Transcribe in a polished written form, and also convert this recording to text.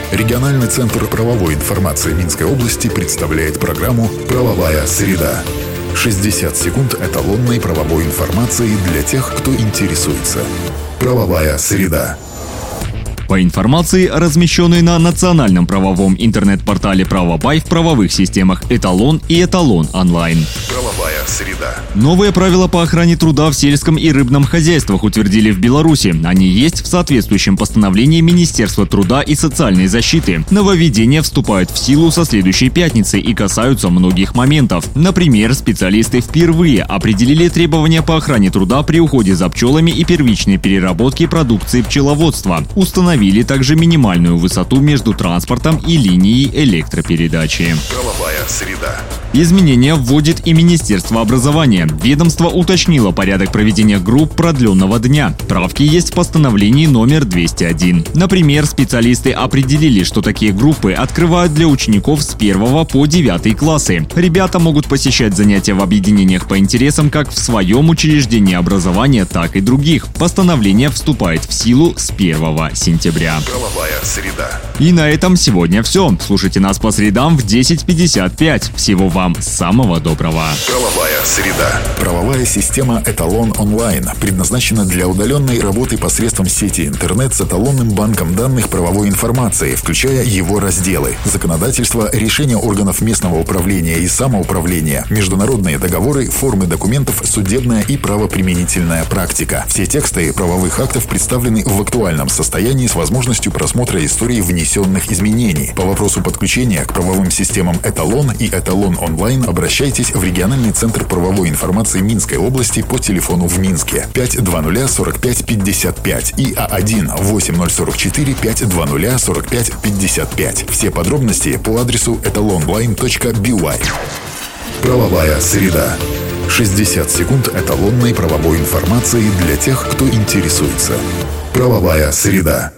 Региональный центр правовой информации Минской области представляет программу «Правовая среда». 60 секунд эталонной правовой информации для тех, кто интересуется. «Правовая среда». По информации, размещенной на национальном правовом интернет-портале «Правобай» в правовых системах «Эталон» и «Эталон онлайн». Правовая среда. Новые правила по охране труда в сельском и рыбном хозяйствах утвердили в Беларуси. Они есть в соответствующем постановлении Министерства труда и социальной защиты. Нововведения вступают в силу со следующей пятницы и касаются многих моментов. Например, специалисты впервые определили требования по охране труда при уходе за пчелами и первичной переработке продукции пчеловодства. Установили также минимальную высоту между транспортом и линией электропередачи. Правовая среда. Изменения вводит и Министерство образования. Ведомство уточнило порядок проведения групп продленного дня. Правки есть в постановлении номер 201. Например, специалисты определили, что такие группы открывают для учеников с 1 по 9 классы. Ребята могут посещать занятия в объединениях по интересам как в своем учреждении образования, так и других. Постановление вступает в силу с 1 сентября. Правовая среда. И на этом сегодня все. Слушайте нас по средам в 10:55. Всего вам самого доброго. Правовая среда. Правовая система «Эталон онлайн» предназначена для удаленной работы посредством сети интернет с эталонным банком данных правовой информации, включая его разделы: законодательство, решения органов местного управления и самоуправления, международные договоры, формы документов, судебная и правоприменительная практика. Все тексты правовых актов представлены в актуальном состоянии с возможностью просмотра истории внесенных изменений. По вопросу подключения к правовым системам «Эталон» и «Эталон онлайн» обращайтесь в региональный центр правовой информации Минской области по телефону в Минске 520 45 55 и А1 8044 520 45 55. Все подробности по адресу etalonline.by. Правовая среда. 60 секунд эталонной правовой информации для тех, кто интересуется. Правовая среда.